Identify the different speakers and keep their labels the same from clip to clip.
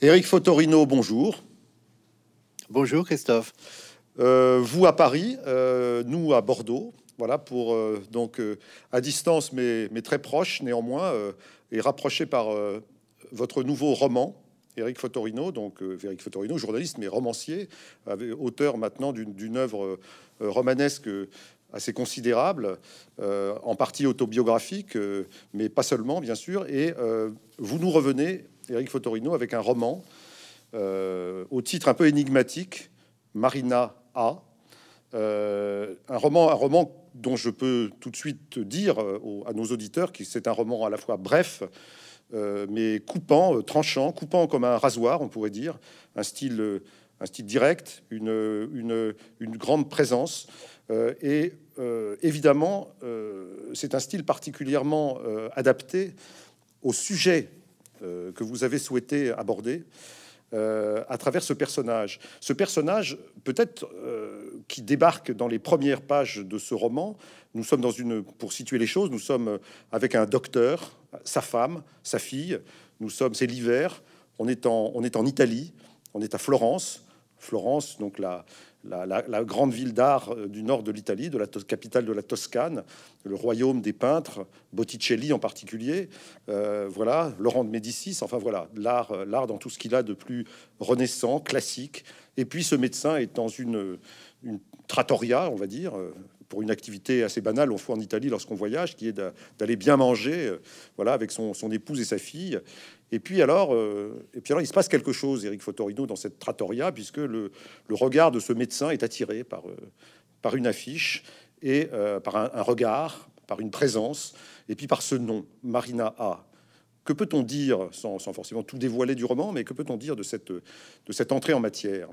Speaker 1: Éric Fotorino, bonjour.
Speaker 2: Bonjour Christophe.
Speaker 1: Vous à Paris, nous à Bordeaux. Voilà pour à distance mais très proche néanmoins et rapproché par votre nouveau roman, Éric Fotorino. Donc Éric Fotorino, journaliste mais romancier, auteur maintenant d'une œuvre romanesque assez considérable, en partie autobiographique, mais pas seulement bien sûr. Et vous nous revenez, Éric Fotorino, avec un roman au titre un peu énigmatique, Marina A. Un roman dont je peux tout de suite dire à nos auditeurs que c'est un roman à la fois bref, mais coupant, tranchant, coupant comme un rasoir, on pourrait dire, un style direct, une grande présence. Et évidemment, c'est un style particulièrement adapté au sujet que vous avez souhaité aborder. À travers ce personnage. Ce personnage, peut-être, qui débarque dans les premières pages de ce roman. Nous sommes pour situer les choses, nous sommes avec un docteur, sa femme, sa fille. C'est l'hiver. On est en Italie. On est à Florence. Florence, donc la grande ville d'art du nord de l'Italie, de la capitale de la Toscane, le royaume des peintres, Botticelli en particulier, voilà, Laurent de Médicis, enfin voilà, l'art dans tout ce qu'il a de plus renaissant, classique. Et puis ce médecin est dans une trattoria, on va dire, pour une activité assez banale, on fait en Italie lorsqu'on voyage, qui est d'aller bien manger, voilà, avec son épouse et sa fille. Et puis alors, il se passe quelque chose, Éric Fotorino, dans cette trattoria, puisque le regard de ce médecin est attiré par une affiche et par un regard, par une présence, et puis par ce nom, Marina A. Que peut-on dire, sans forcément tout dévoiler du roman, mais que peut-on dire de cette entrée en matière?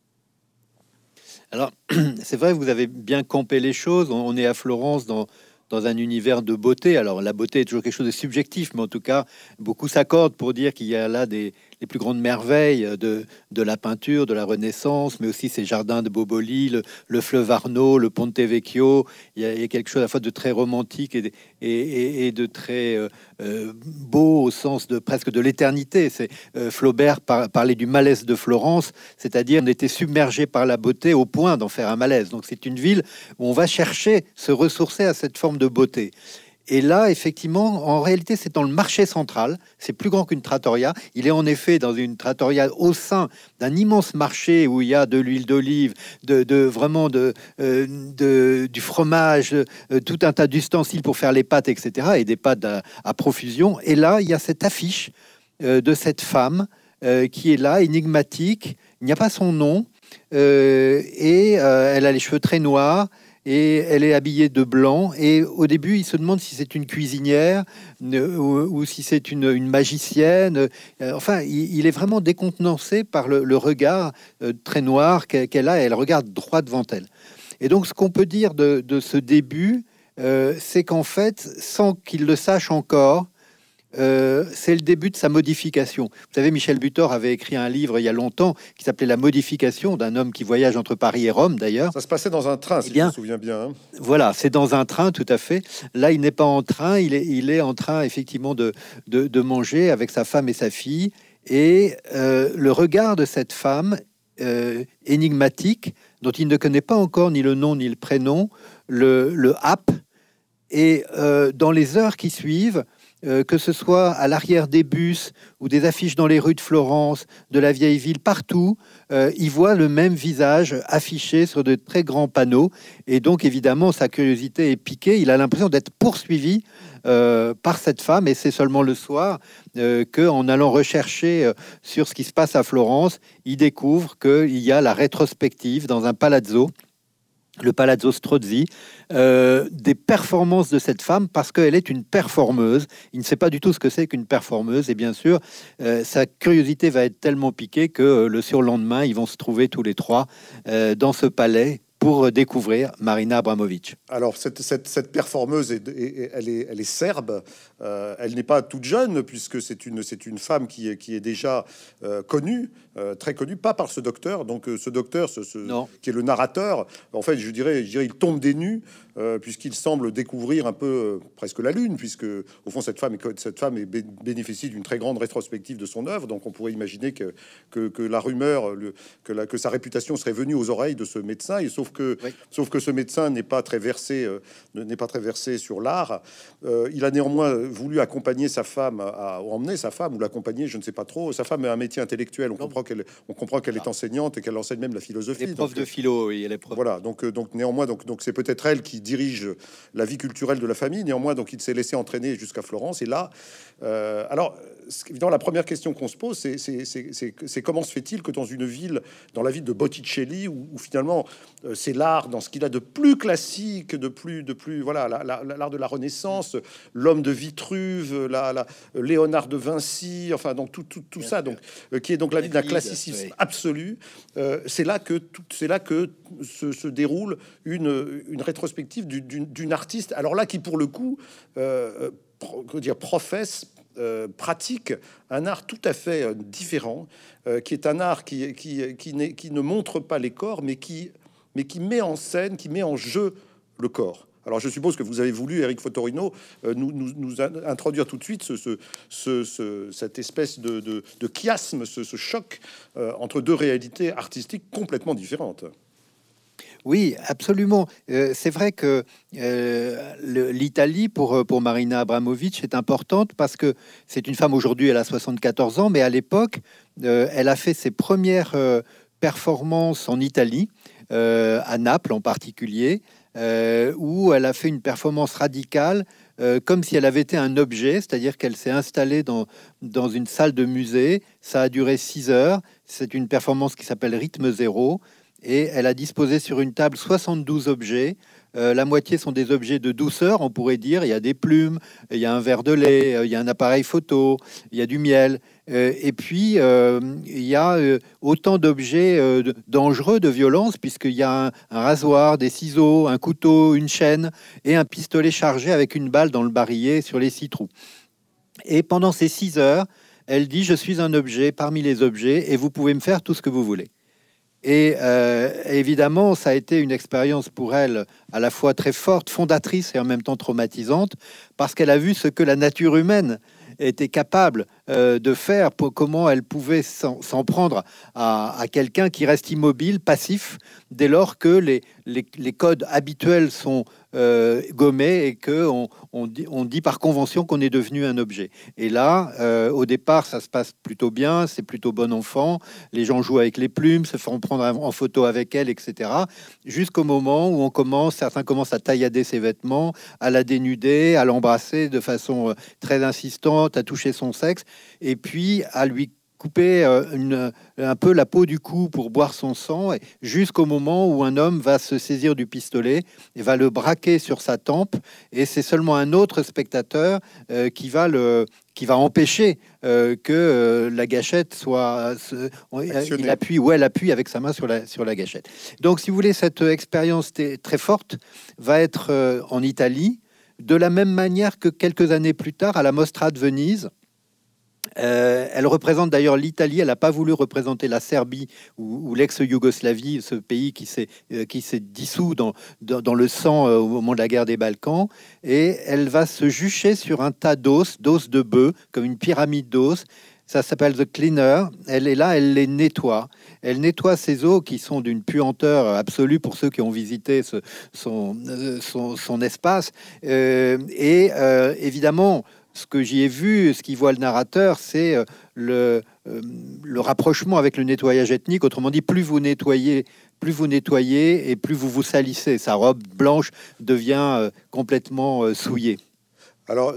Speaker 2: Alors, c'est vrai, vous avez bien campé les choses. On est à Florence dans un univers de beauté. Alors, la beauté est toujours quelque chose de subjectif, mais en tout cas, beaucoup s'accordent pour dire qu'il y a là les plus grandes merveilles de la peinture, de la Renaissance, mais aussi ces jardins de Boboli, le fleuve Arno, le Ponte Vecchio. Il y a quelque chose à la fois de très romantique et de très beau au sens de presque de l'éternité. C'est Flaubert parlait du malaise de Florence, c'est-à-dire on était submergé par la beauté au point d'en faire un malaise. Donc c'est une ville où on va chercher, se ressourcer à cette forme de beauté. Et là, effectivement, en réalité, c'est dans le marché central. C'est plus grand qu'une trattoria. Il est en effet dans une trattoria au sein d'un immense marché où il y a de l'huile d'olive, vraiment du fromage, tout un tas d'ustensiles pour faire les pâtes, etc. Et des pâtes à profusion. Et là, il y a cette affiche de cette femme qui est là, énigmatique. Il n'y a pas son nom. Elle a les cheveux très noirs. Et elle est habillée de blanc. Et au début, il se demande si c'est une cuisinière ou si c'est une magicienne. Enfin, il est vraiment décontenancé par le regard très noir qu'elle a. Et elle regarde droit devant elle. Et donc, ce qu'on peut dire de ce début, c'est qu'en fait, sans qu'il le sache encore, c'est le début de sa modification. Vous savez, Michel Butor avait écrit un livre il y a longtemps qui s'appelait La modification d'un homme qui voyage entre Paris et Rome, d'ailleurs.
Speaker 1: Ça se passait dans un train, si je me souviens bien. Hein.
Speaker 2: Voilà, c'est dans un train, tout à fait. Là, il n'est pas en train, il est en train, effectivement, de manger avec sa femme et sa fille. Et le regard de cette femme énigmatique, dont il ne connaît pas encore ni le nom ni le prénom, le happe. Et dans les heures qui suivent, que ce soit à l'arrière des bus ou des affiches dans les rues de Florence, de la vieille ville, partout, il voit le même visage affiché sur de très grands panneaux. Et donc, évidemment, sa curiosité est piquée. Il a l'impression d'être poursuivi par cette femme. Et c'est seulement le soir qu'en allant rechercher sur ce qui se passe à Florence, il découvre qu'il y a la rétrospective dans un palazzo, le Palazzo Strozzi, des performances de cette femme parce qu'elle est une performeuse. Il ne sait pas du tout ce que c'est qu'une performeuse et bien sûr, sa curiosité va être tellement piquée que le surlendemain, ils vont se trouver tous les trois dans ce palais pour découvrir Marina Abramović.
Speaker 1: Alors, cette performeuse, elle est serbe. Elle n'est pas toute jeune, puisque c'est une femme qui est déjà connue, très connue, pas par ce docteur. Donc, ce docteur, qui est le narrateur, en fait, je dirais, il tombe des nues puisqu'il semble découvrir un peu presque la Lune, puisque au fond cette femme bénéficie d'une très grande rétrospective de son œuvre. Donc on pourrait imaginer que la rumeur, que sa réputation serait venue aux oreilles de ce médecin. Et sauf que ce médecin n'est pas très versé sur l'art. Il a néanmoins voulu accompagner sa femme, emmener sa femme ou l'accompagner, je ne sais pas trop. Sa femme a un métier intellectuel. On comprend qu'elle est enseignante et qu'elle enseigne même la philosophie.
Speaker 2: Elle est prof de philo, oui, elle est prof.
Speaker 1: Voilà, donc néanmoins, donc c'est peut-être elle qui dirige la vie culturelle de la famille. Néanmoins, donc il s'est laissé entraîner jusqu'à Florence. Et là, alors, évidemment, la première question qu'on se pose, c'est comment se fait-il que dans la ville de Botticelli, où finalement c'est l'art dans ce qu'il a de plus classique, de plus, voilà, l'art de la Renaissance, l'homme de Vitruve, Léonard de Vinci, enfin donc tout ça, donc qui est donc la vie d'un classicisme absolu. C'est là que se déroule une rétrospective d'une artiste. Alors là, qui pour le coup, professe, pratique un art tout à fait différent, qui est un art qui ne montre pas les corps, mais qui met en scène, qui met en jeu le corps. Alors je suppose que vous avez voulu, Eric Fotorino, nous introduire tout de suite cette espèce de chiasme, ce choc entre deux réalités artistiques complètement différentes.
Speaker 2: Oui, absolument. C'est vrai que l'Italie, pour Marina Abramovic, est importante parce que c'est une femme, aujourd'hui elle a 74 ans, mais à l'époque, elle a fait ses premières performances en Italie, à Naples en particulier, où elle a fait une performance radicale, comme si elle avait été un objet, c'est-à-dire qu'elle s'est installée dans une salle de musée. Ça a duré 6 heures. C'est une performance qui s'appelle Rythme Zéro. Et elle a disposé sur une table 72 objets. La moitié sont des objets de douceur, on pourrait dire. Il y a des plumes, il y a un verre de lait, il y a un appareil photo, il y a du miel. Et puis, il y a autant d'objets dangereux, de violence, puisqu'il y a un rasoir, des ciseaux, un couteau, une chaîne et un pistolet chargé avec une balle dans le barillet sur les 6 trous. Et pendant ces 6 heures, elle dit « Je suis un objet parmi les objets et vous pouvez me faire tout ce que vous voulez ». Et évidemment, ça a été une expérience pour elle à la fois très forte, fondatrice et en même temps traumatisante, parce qu'elle a vu ce que la nature humaine était capable de faire, comment elle pouvait s'en prendre à quelqu'un qui reste immobile, passif, dès lors que les codes habituels sont gommés et que on dit par convention qu'on est devenu un objet. Et là, au départ, ça se passe plutôt bien, c'est plutôt bon enfant, les gens jouent avec les plumes, se font prendre en photo avec elle, etc. Jusqu'au moment où certains commencent à taillader ses vêtements, à la dénuder, à l'embrasser de façon très insistante, à toucher son sexe, et puis à lui couper un peu la peau du cou pour boire son sang, jusqu'au moment où un homme va se saisir du pistolet et va le braquer sur sa tempe, et c'est seulement un autre spectateur qui va empêcher que la gâchette soit... il appuie, ou elle appuie avec sa main sur la gâchette. Donc, si vous voulez, cette expérience très forte va être en Italie, de la même manière que quelques années plus tard, à la Mostra de Venise. Elle représente d'ailleurs l'Italie. Elle n'a pas voulu représenter la Serbie ou l'ex-Yougoslavie, ce pays qui s'est dissous dans le sang au moment de la guerre des Balkans. Et elle va se jucher sur un tas d'os de bœuf, comme une pyramide d'os. Ça s'appelle The Cleaner. Elle est là, elle les nettoie. Elle nettoie ces os qui sont d'une puanteur absolue pour ceux qui ont visité son espace. Évidemment, ce que j'y ai vu, ce qu'il voit le narrateur, c'est le rapprochement avec le nettoyage ethnique. Autrement dit, plus vous nettoyez et plus vous salissez. Sa robe blanche devient complètement souillée.
Speaker 1: Alors,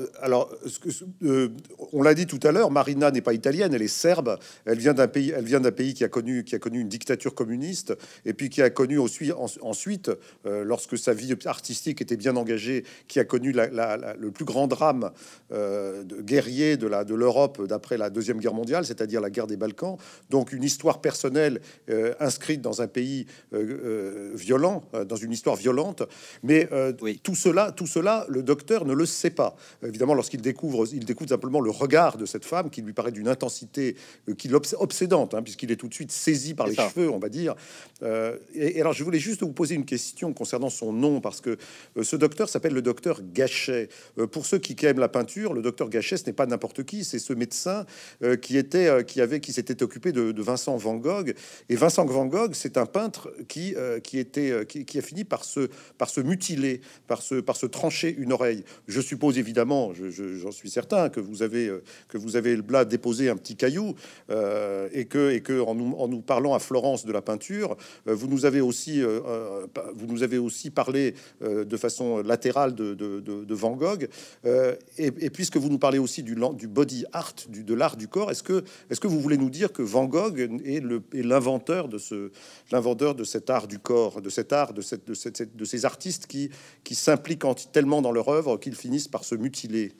Speaker 1: on l'a dit tout à l'heure, Marina n'est pas italienne, elle est serbe. Elle vient d'un pays qui a connu une dictature communiste, et puis qui a connu ensuite, lorsque sa vie artistique était bien engagée, qui a connu le plus grand drame guerrier de l'Europe d'après la Deuxième Guerre mondiale, c'est-à-dire la guerre des Balkans. Donc une histoire personnelle inscrite dans un pays violent, dans une histoire violente. Mais oui. Tout cela, le docteur ne le sait pas. Évidemment, lorsqu'il découvre, il découvre simplement le regard de cette femme qui lui paraît d'une intensité obsédante, hein, puisqu'il est tout de suite saisi par les cheveux, on va dire. Et alors, je voulais juste vous poser une question concernant son nom, parce que ce docteur s'appelle le docteur Gachet. Pour ceux qui aiment la peinture, le docteur Gachet, ce n'est pas n'importe qui, c'est ce médecin qui s'était occupé de Vincent Van Gogh. Et Vincent Van Gogh, c'est un peintre qui a fini par se mutiler, par se trancher une oreille. Je suppose évidemment, j'en suis certain, que vous avez là déposé un petit caillou, et que en nous parlant à Florence de la peinture, vous nous avez aussi parlé de façon latérale de Van Gogh, et puisque vous nous parlez aussi du body art, de l'art du corps, est-ce que vous voulez nous dire que Van Gogh est l'inventeur de cet art du corps, de ces artistes qui s'impliquent tellement dans leur œuvre qu'ils finissent par se mutiler?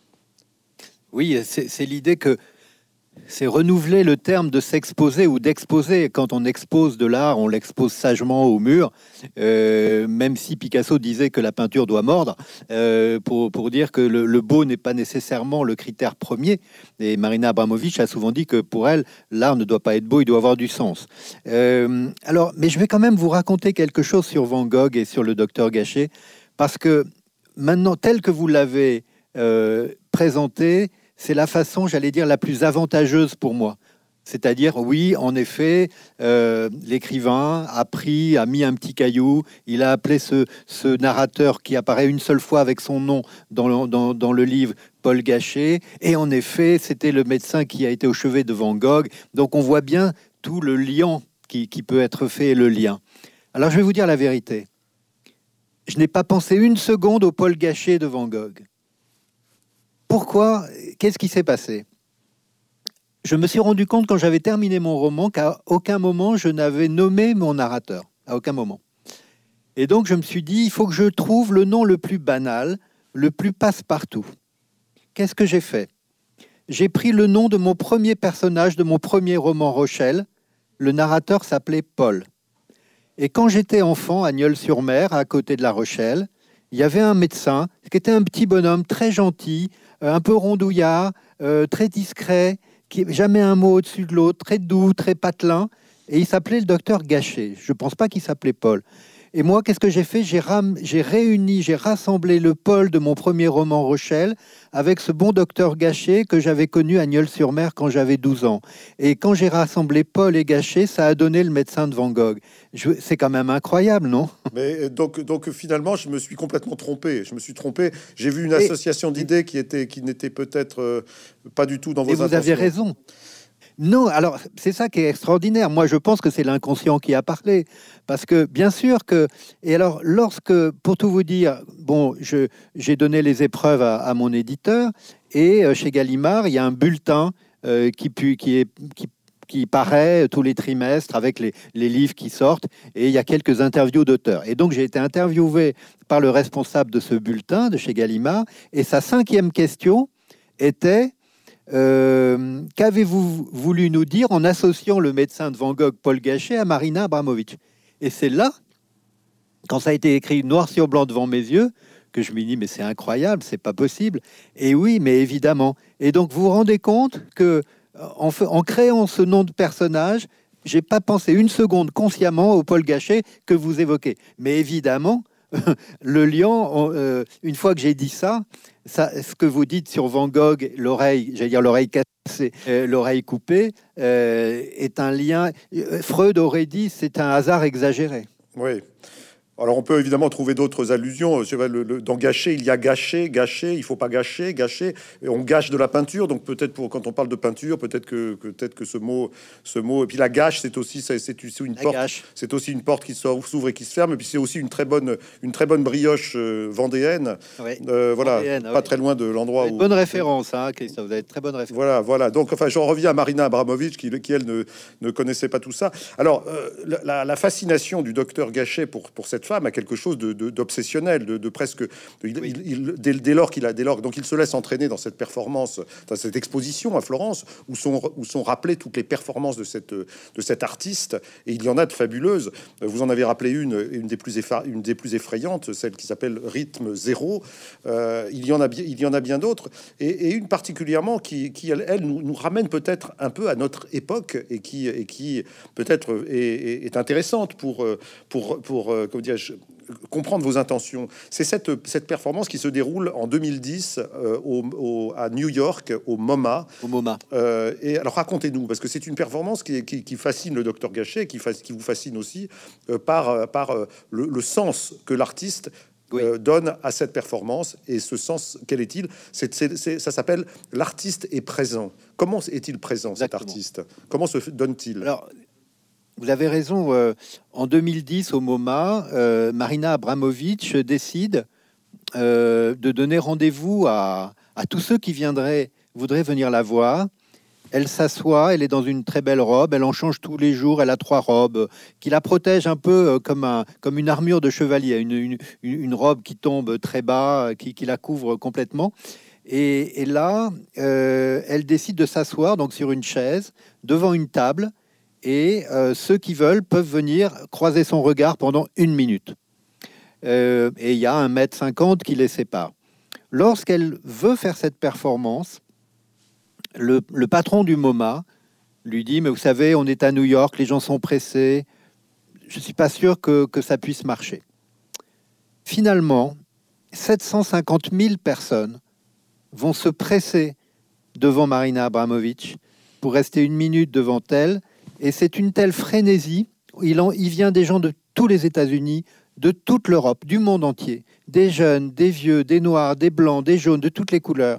Speaker 2: Oui, c'est l'idée que c'est renouveler le terme de s'exposer ou d'exposer. Quand on expose de l'art, on l'expose sagement au mur, même si Picasso disait que la peinture doit mordre, pour dire que le beau n'est pas nécessairement le critère premier. Et Marina Abramović a souvent dit que pour elle, l'art ne doit pas être beau, il doit avoir du sens. Alors, mais je vais quand même vous raconter quelque chose sur Van Gogh et sur le docteur Gachet, parce que maintenant, tel que vous l'avez présenté, c'est la façon, j'allais dire, la plus avantageuse pour moi. C'est-à-dire, oui, en effet, l'écrivain a mis un petit caillou, il a appelé ce narrateur qui apparaît une seule fois avec son nom dans le livre, Paul Gachet, et en effet, c'était le médecin qui a été au chevet de Van Gogh. Donc on voit bien tout le lien qui peut être fait, le lien. Alors je vais vous dire la vérité. Je n'ai pas pensé une seconde au Paul Gachet de Van Gogh. Pourquoi? Qu'est-ce qui s'est passé? Je me suis rendu compte quand j'avais terminé mon roman qu'à aucun moment je n'avais nommé mon narrateur. À aucun moment. Et donc je me suis dit, il faut que je trouve le nom le plus banal, le plus passe-partout. Qu'est-ce que j'ai fait? J'ai pris le nom de mon premier personnage de mon premier roman Rochelle. Le narrateur s'appelait Paul. Et quand j'étais enfant à Nieul-sur-Mer, à côté de La Rochelle, il y avait un médecin qui était un petit bonhomme très gentil, un peu rondouillard, très discret, qui jamais un mot au-dessus de l'autre, très doux, très patelin, et il s'appelait le docteur Gachet. Je ne pense pas qu'il s'appelait Paul. Et moi, qu'est-ce que j'ai fait? J'ai rassemblé le Paul de mon premier roman Rochelle avec ce bon docteur Gachet que j'avais connu à Nieul-sur-Mer quand j'avais 12 ans. Et quand j'ai rassemblé Paul et Gachet, ça a donné le médecin de Van Gogh. C'est quand même incroyable, non?
Speaker 1: Mais donc finalement, je me suis complètement trompé. Je me suis trompé. J'ai vu une association d'idées qui n'était peut-être pas du tout dans vos intentions.
Speaker 2: Et vous aviez raison. Non, alors c'est ça qui est extraordinaire. Moi, je pense que c'est l'inconscient qui a parlé. Parce que, bien sûr que... Et alors, pour tout vous dire, bon, j'ai donné les épreuves à mon éditeur, et chez Gallimard, il y a un bulletin qui paraît tous les trimestres avec les livres qui sortent, et il y a quelques interviews d'auteurs. Et donc, j'ai été interviewé par le responsable de ce bulletin de chez Gallimard, et sa 5e question était... qu'avez-vous voulu nous dire en associant le médecin de Van Gogh, Paul Gachet, à Marina Abramović? Et c'est là, quand ça a été écrit noir sur blanc devant mes yeux, que je me dis, mais c'est incroyable, c'est pas possible. Et oui, mais évidemment. Et donc, vous vous rendez compte que en créant ce nom de personnage, j'ai pas pensé une seconde consciemment au Paul Gachet que vous évoquez. Mais évidemment, le lion, une fois que j'ai dit ça, ce que vous dites sur Van Gogh, l'oreille cassée, l'oreille coupée, est un lien. Freud aurait dit c'est un hasard exagéré.
Speaker 1: Oui. Alors, on peut évidemment trouver d'autres allusions. Dans gâcher, il y a gâcher, il faut pas gâcher. Et on gâche de la peinture. Donc, peut-être quand on parle de peinture, peut-être que ce mot. Et puis, la gâche, c'est aussi une porte. C'est aussi une porte qui s'ouvre et qui se ferme. Et puis, c'est aussi une très bonne brioche vendéenne.
Speaker 2: Oui.
Speaker 1: Voilà,
Speaker 2: vendéenne,
Speaker 1: pas très loin de l'endroit où.
Speaker 2: Bonne référence, hein, Christophe. Vous avez très bonne référence.
Speaker 1: Voilà. Donc, enfin, j'en reviens à Marina Abramović, qui elle ne connaissait pas tout ça. Alors, la fascination du docteur Gachet pour cette cette femme a quelque chose d'obsessionnel, de presque. Dès lors donc il se laisse entraîner dans cette performance, dans cette exposition à Florence, où sont rappelées toutes les performances de cet artiste, et il y en a de fabuleuses. Vous en avez rappelé une des plus effrayantes, celle qui s'appelle Rythme Zéro. Il y en a bien d'autres, et une particulièrement qui elle nous ramène peut-être un peu à notre époque, et qui peut-être est intéressante pour comment dirais-je, comprendre vos intentions. C'est cette performance qui se déroule en 2010 à New York, au MoMA. Et alors racontez-nous, parce que c'est une performance qui fascine le docteur Gachet, qui vous fascine aussi par le sens que l'artiste donne à cette performance. Et ce sens, quel est-il? Ça s'appelle l'artiste est présent. Comment est-il présent,
Speaker 2: Exactement.
Speaker 1: cet artiste? Comment se donne-t-il?
Speaker 2: Alors, vous avez raison. En 2010, au MoMA, Marina Abramović décide de donner rendez-vous à tous ceux qui voudraient venir la voir. Elle s'assoit, elle est dans une très belle robe, elle en change tous les jours, elle a 3 robes qui la protègent un peu comme une armure de chevalier, une robe qui tombe très bas, qui la couvre complètement. Et là, elle décide de s'asseoir donc sur une chaise, devant une table, et ceux qui veulent peuvent venir croiser son regard pendant 1 minute. Et il y a 1,50 m qui les sépare. Lorsqu'elle veut faire cette performance, le patron du MoMA lui dit « Mais vous savez, on est à New York, les gens sont pressés. Je ne suis pas sûr que ça puisse marcher. » Finalement, 750 000 personnes vont se presser devant Marina Abramović pour rester 1 minute devant elle. Et c'est une telle frénésie. Il vient des gens de tous les États-Unis, de toute l'Europe, du monde entier. Des jeunes, des vieux, des noirs, des blancs, des jaunes, de toutes les couleurs.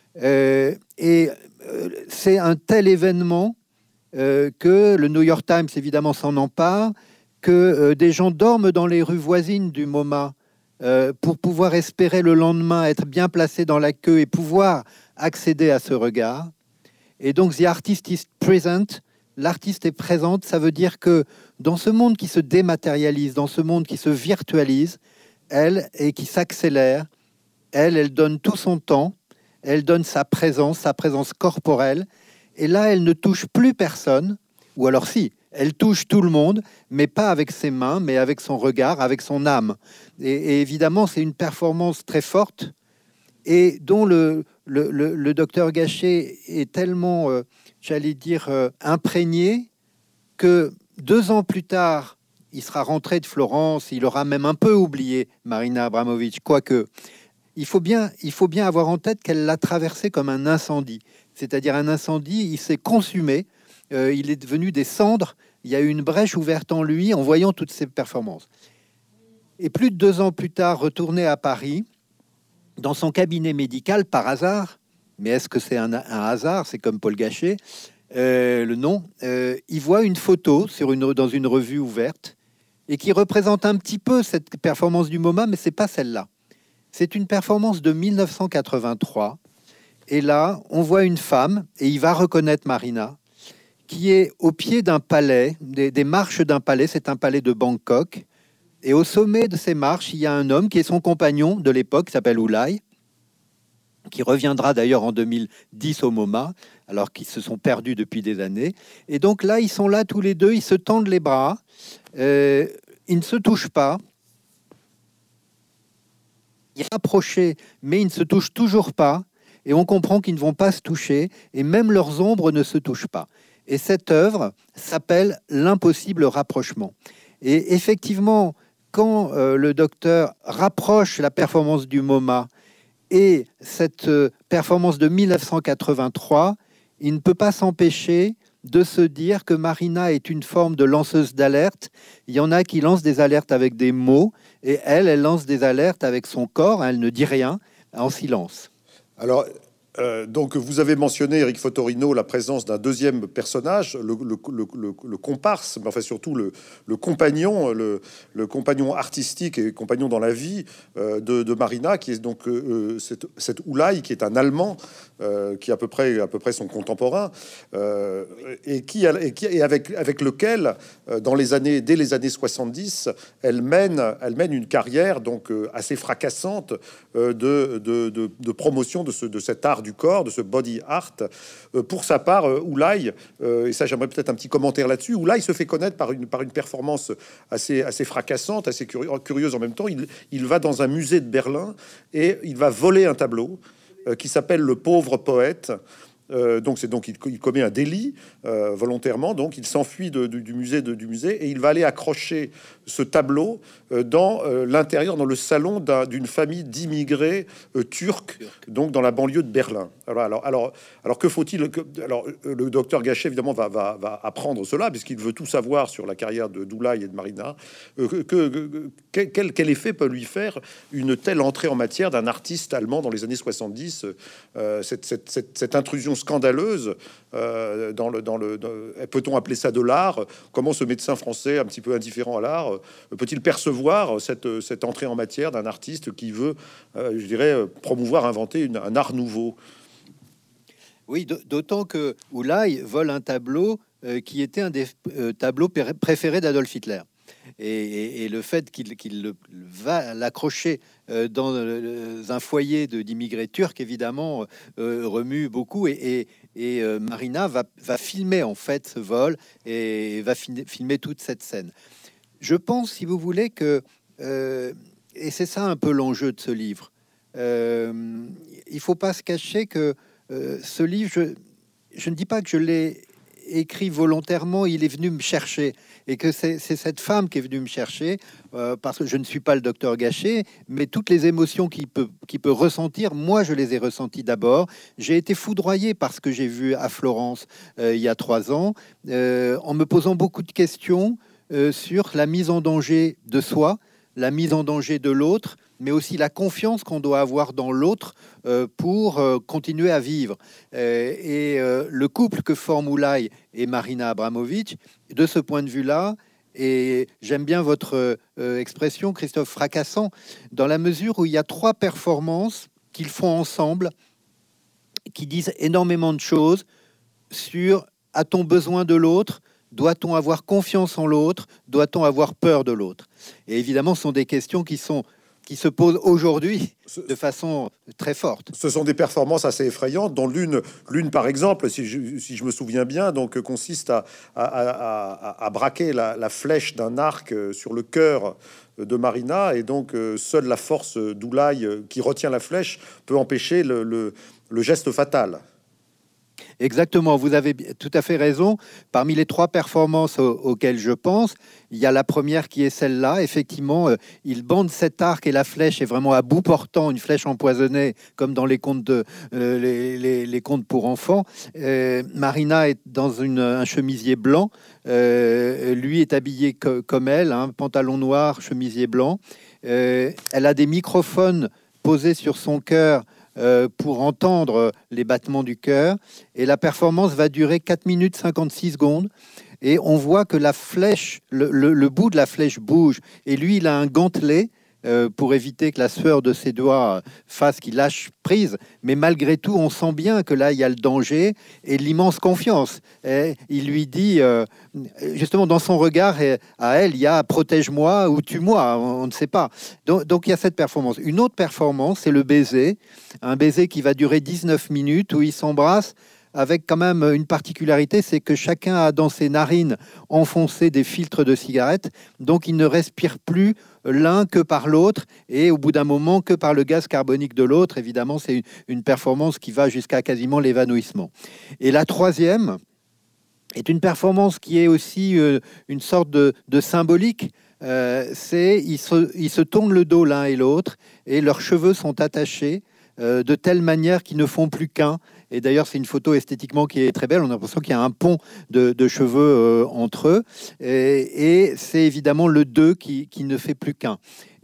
Speaker 2: C'est un tel événement que le New York Times, évidemment, s'en empare, que des gens dorment dans les rues voisines du MoMA pour pouvoir espérer le lendemain être bien placés dans la queue et pouvoir accéder à ce regard. Et donc, the artist is present. L'artiste est présente. Ça veut dire que dans ce monde qui se dématérialise, dans ce monde qui se virtualise, et qui s'accélère, elle donne tout son temps. Elle donne sa présence corporelle. Et là, elle ne touche plus personne. Ou alors si, elle touche tout le monde, mais pas avec ses mains, mais avec son regard, avec son âme. Et évidemment, c'est une performance très forte et dont le docteur Gachet est tellement, imprégné que 2 ans plus tard, il sera rentré de Florence. Il aura même un peu oublié Marina Abramović, quoique. Il faut bien avoir en tête qu'elle l'a traversé comme un incendie. C'est-à-dire un incendie, il s'est consumé, il est devenu des cendres, il y a eu une brèche ouverte en lui en voyant toutes ces performances. Et plus de 2 ans plus tard, retourné à Paris, dans son cabinet médical, par hasard, mais est-ce que c'est un hasard? C'est comme Paul Gachet, il voit une photo dans une revue ouverte et qui représente un petit peu cette performance du MoMA, mais c'est pas celle-là. C'est une performance de 1983. Et là, on voit une femme, et il va reconnaître Marina, qui est au pied d'un palais, des marches d'un palais. C'est un palais de Bangkok. Et au sommet de ces marches, il y a un homme qui est son compagnon de l'époque, qui s'appelle Ulay, qui reviendra d'ailleurs en 2010 au MoMA, alors qu'ils se sont perdus depuis des années. Et donc là, ils sont là tous les deux, ils se tendent les bras, ils ne se touchent pas. Ils rapprochés, mais ils ne se touchent toujours pas, et on comprend qu'ils ne vont pas se toucher, et même leurs ombres ne se touchent pas. Et cette œuvre s'appelle l'impossible rapprochement. Et effectivement, quand le docteur rapproche la performance du MoMA et cette performance de 1983, il ne peut pas s'empêcher de se dire que Marina est une forme de lanceuse d'alerte. Il y en a qui lancent des alertes avec des mots, et elle lance des alertes avec son corps. Elle ne dit rien, en silence.
Speaker 1: Alors, Donc, vous avez mentionné, Eric Fotorino, la présence d'un deuxième personnage, le comparse, mais enfin surtout le compagnon, le compagnon artistique et compagnon dans la vie de Marina, qui est donc cette Oulai, qui est un Allemand, qui est à peu près son contemporain, et avec lequel, dès les années 70, elle mène une carrière donc assez fracassante de promotion de cet art du corps, de ce body art. Pour sa part, Oulai, et ça j'aimerais peut-être un petit commentaire là-dessus, Oulai se fait connaître par une performance assez fracassante, assez curieuse en même temps. Il va dans un musée de Berlin et il va voler un tableau qui s'appelle Le pauvre poète. Donc il commet un délit volontairement, donc il s'enfuit du musée et il va aller accrocher ce tableau dans l'intérieur, dans le salon d'une famille d'immigrés turcs, donc dans la banlieue de Berlin. Alors que faut-il alors le docteur Gachet évidemment va apprendre cela puisqu'il veut tout savoir sur la carrière de Doulay et de Marina. Quel effet peut lui faire une telle entrée en matière d'un artiste allemand dans les années 70, cette intrusion scandaleuse peut-on appeler ça de l'art? Comment ce médecin français un petit peu indifférent à l'art peut-il percevoir cette entrée en matière d'un artiste qui veut, je dirais, promouvoir, inventer un art nouveau?
Speaker 2: Oui, d'autant que Oulai vole un tableau qui était un des tableaux préférés d'Adolf Hitler. Et le fait qu'il va l'accrocher dans un foyer d'immigrés turcs, évidemment, remue beaucoup. Et Marina va filmer en fait ce vol et va filmer toute cette scène. Je pense, si vous voulez, que et c'est ça un peu l'enjeu de ce livre. Il faut pas se cacher que ce livre, je ne dis pas que je l'ai écrit volontairement, il est venu me chercher, et que c'est cette femme qui est venue me chercher, parce que je ne suis pas le docteur Gachet, mais toutes les émotions qu'il peut ressentir, moi je les ai ressenties d'abord. J'ai été foudroyé par ce que j'ai vu à Florence il y a 3 ans, en me posant beaucoup de questions sur la mise en danger de soi, la mise en danger de l'autre, mais aussi la confiance qu'on doit avoir dans l'autre pour continuer à vivre. Le couple que forment Oulai et Marina Abramovic, de ce point de vue-là, et j'aime bien votre expression, Christophe, fracassant, dans la mesure où il y a 3 performances qu'ils font ensemble, qui disent énormément de choses sur a-t-on besoin de l'autre? Doit-on avoir confiance en l'autre? Doit-on avoir peur de l'autre? Et évidemment, ce sont des questions qui se posent aujourd'hui de façon très forte.
Speaker 1: Ce sont des performances assez effrayantes, dont l'une par exemple, si je me souviens bien, donc consiste à braquer la flèche d'un arc sur le cœur de Marina, et donc seule la force d'Oulai qui retient la flèche peut empêcher le geste fatal.
Speaker 2: Exactement, vous avez tout à fait raison. Parmi les 3 performances auxquelles je pense, il y a la première qui est celle-là. Effectivement, il bande cet arc et la flèche est vraiment à bout portant, une flèche empoisonnée, comme dans les contes, les contes pour enfants. Marina est dans un chemisier blanc. Lui est habillé comme elle, hein, pantalon noir, chemisier blanc. Elle a des microphones posés sur son cœur pour entendre les battements du cœur, et la performance va durer 4 minutes 56 secondes, et on voit que la flèche, le bout de la flèche bouge, et lui il a un gantelet pour éviter que la sueur de ses doigts fasse qu'il lâche prise, mais malgré tout on sent bien que là il y a le danger et l'immense confiance. Et il lui dit justement dans son regard à elle, il y a protège-moi ou tue-moi, on ne sait pas. Donc il y a cette performance. Une autre performance, c'est le baiser, un baiser qui va durer 19 minutes où ils s'embrassent avec quand même une particularité, c'est que chacun a dans ses narines enfoncé des filtres de cigarettes, donc ils ne respirent plus l'un que par l'autre, et au bout d'un moment que par le gaz carbonique de l'autre. Évidemment, c'est une performance qui va jusqu'à quasiment l'évanouissement. Et la troisième est une performance qui est aussi une sorte de symbolique. C'est ils se tournent le dos l'un et l'autre, et leurs cheveux sont attachés de telle manière qu'ils ne font plus qu'un. Et d'ailleurs, c'est une photo esthétiquement qui est très belle. On a l'impression qu'il y a un pont de cheveux entre eux. Et c'est évidemment le deux qui ne fait plus qu'un.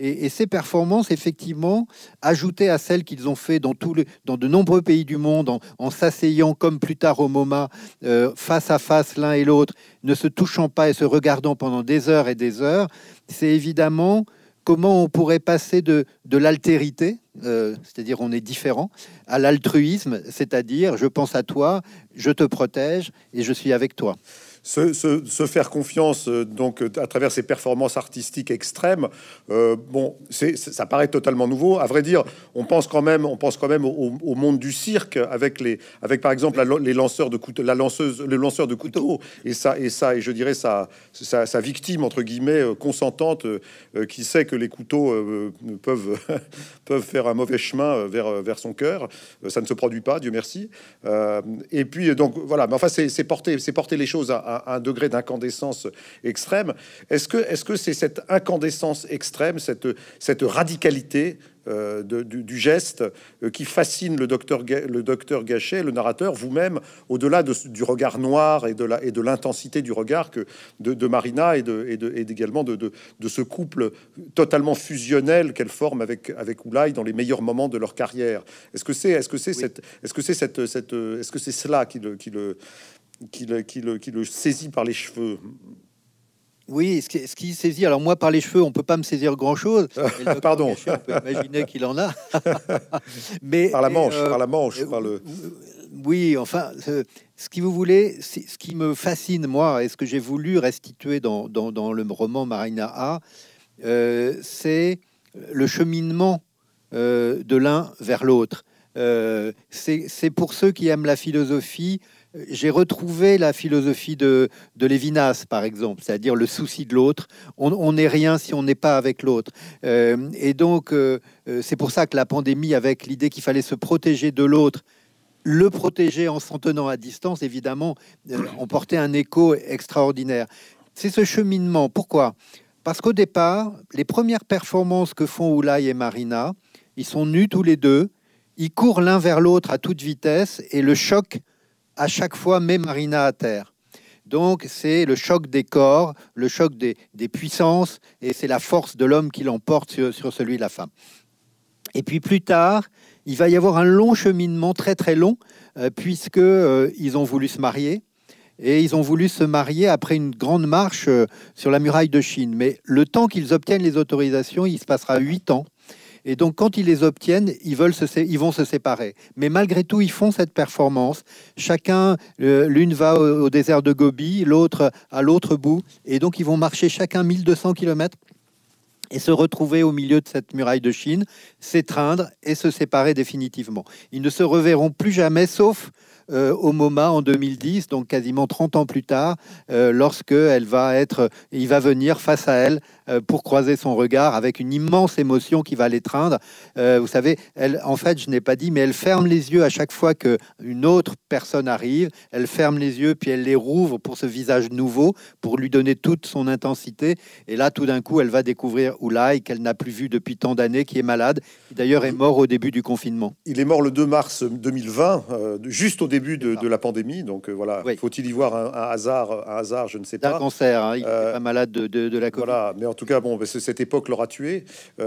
Speaker 2: Et ces performances, effectivement, ajoutées à celles qu'ils ont fait dans de nombreux pays du monde, en s'asseyant comme plus tard au MoMA, face à face l'un et l'autre, ne se touchant pas et se regardant pendant des heures et des heures, c'est évidemment comment on pourrait passer de l'altérité, c'est-à-dire on est différent, à l'altruisme, c'est-à-dire je pense à toi, je te protège et je suis avec toi.
Speaker 1: Se faire confiance donc à travers ces performances artistiques extrêmes, bon, ça paraît totalement nouveau. À vrai dire, on pense quand même au monde du cirque avec par exemple les lanceurs de couteaux, le lanceur de couteaux et je dirais sa victime entre guillemets consentante qui sait que les couteaux peuvent faire un mauvais chemin vers son cœur. Ça ne se produit pas, Dieu merci. Et puis donc voilà, mais enfin c'est porter les choses à un degré d'incandescence extrême. Est-ce que c'est cette incandescence extrême, cette radicalité du geste qui fascine le docteur Gachet, le narrateur, vous-même, au-delà du regard noir et de l'intensité du regard de Marina et également de ce couple totalement fusionnel qu'elle forme avec Oulai dans les meilleurs moments de leur carrière. Est-ce que c'est cela qui le saisit par les cheveux?
Speaker 2: Oui, ce qui saisit. Alors moi, par les cheveux, on peut pas me saisir grand-chose.
Speaker 1: Pardon.
Speaker 2: Gachet, on peut imaginer qu'il en a. Mais
Speaker 1: par la manche.
Speaker 2: Oui, enfin, ce qui vous voulez, ce qui me fascine moi, et ce que j'ai voulu restituer dans le roman Marina A, c'est le cheminement de l'un vers l'autre. C'est pour ceux qui aiment la philosophie. J'ai retrouvé la philosophie de Lévinas, par exemple, c'est-à-dire le souci de l'autre. On n'est rien si on n'est pas avec l'autre. Et donc, c'est pour ça que la pandémie, avec l'idée qu'il fallait se protéger de l'autre, le protéger en s'en tenant à distance, évidemment, ont porté un écho extraordinaire. C'est ce cheminement. Pourquoi? Parce qu'au départ, les premières performances que font Oulai et Marina, ils sont nus tous les deux, ils courent l'un vers l'autre à toute vitesse, et le choc à chaque fois met Marina à terre. Donc c'est le choc des corps, le choc des puissances, et c'est la force de l'homme qui l'emporte sur celui de la femme. Et puis plus tard, il va y avoir un long cheminement, très très long, puisque ils ont voulu se marier, et ils ont voulu se marier après une grande marche sur la muraille de Chine. Mais le temps qu'ils obtiennent les autorisations, il se passera 8 ans. Et donc, quand ils les obtiennent, ils vont se séparer. Mais malgré tout, ils font cette performance. Chacun, l'une va au désert de Gobi, l'autre à l'autre bout. Et donc, ils vont marcher chacun 1200 km et se retrouver au milieu de cette muraille de Chine, s'étreindre et se séparer définitivement. Ils ne se reverront plus jamais, sauf au MoMA en 2010, donc quasiment 30 ans plus tard, lorsque il va venir face à elle pour croiser son regard avec une immense émotion qui va l'étreindre. Vous savez, en fait, je n'ai pas dit, mais elle ferme les yeux à chaque fois qu'une autre personne arrive. Elle ferme les yeux, puis elle les rouvre pour ce visage nouveau, pour lui donner toute son intensité. Et là, tout d'un coup, elle va découvrir Oulai, qu'elle n'a plus vu depuis tant d'années, qui est malade, qui d'ailleurs est mort au début du confinement.
Speaker 1: Il est mort le 2 mars 2020, juste au début de la pandémie. Donc voilà, oui. Faut-il y voir un hasard, je ne sais pas.
Speaker 2: Un cancer, hein, il n'est pas malade de la Covid.
Speaker 1: Voilà, mais en tout cas, bon, cette époque l'aura tué.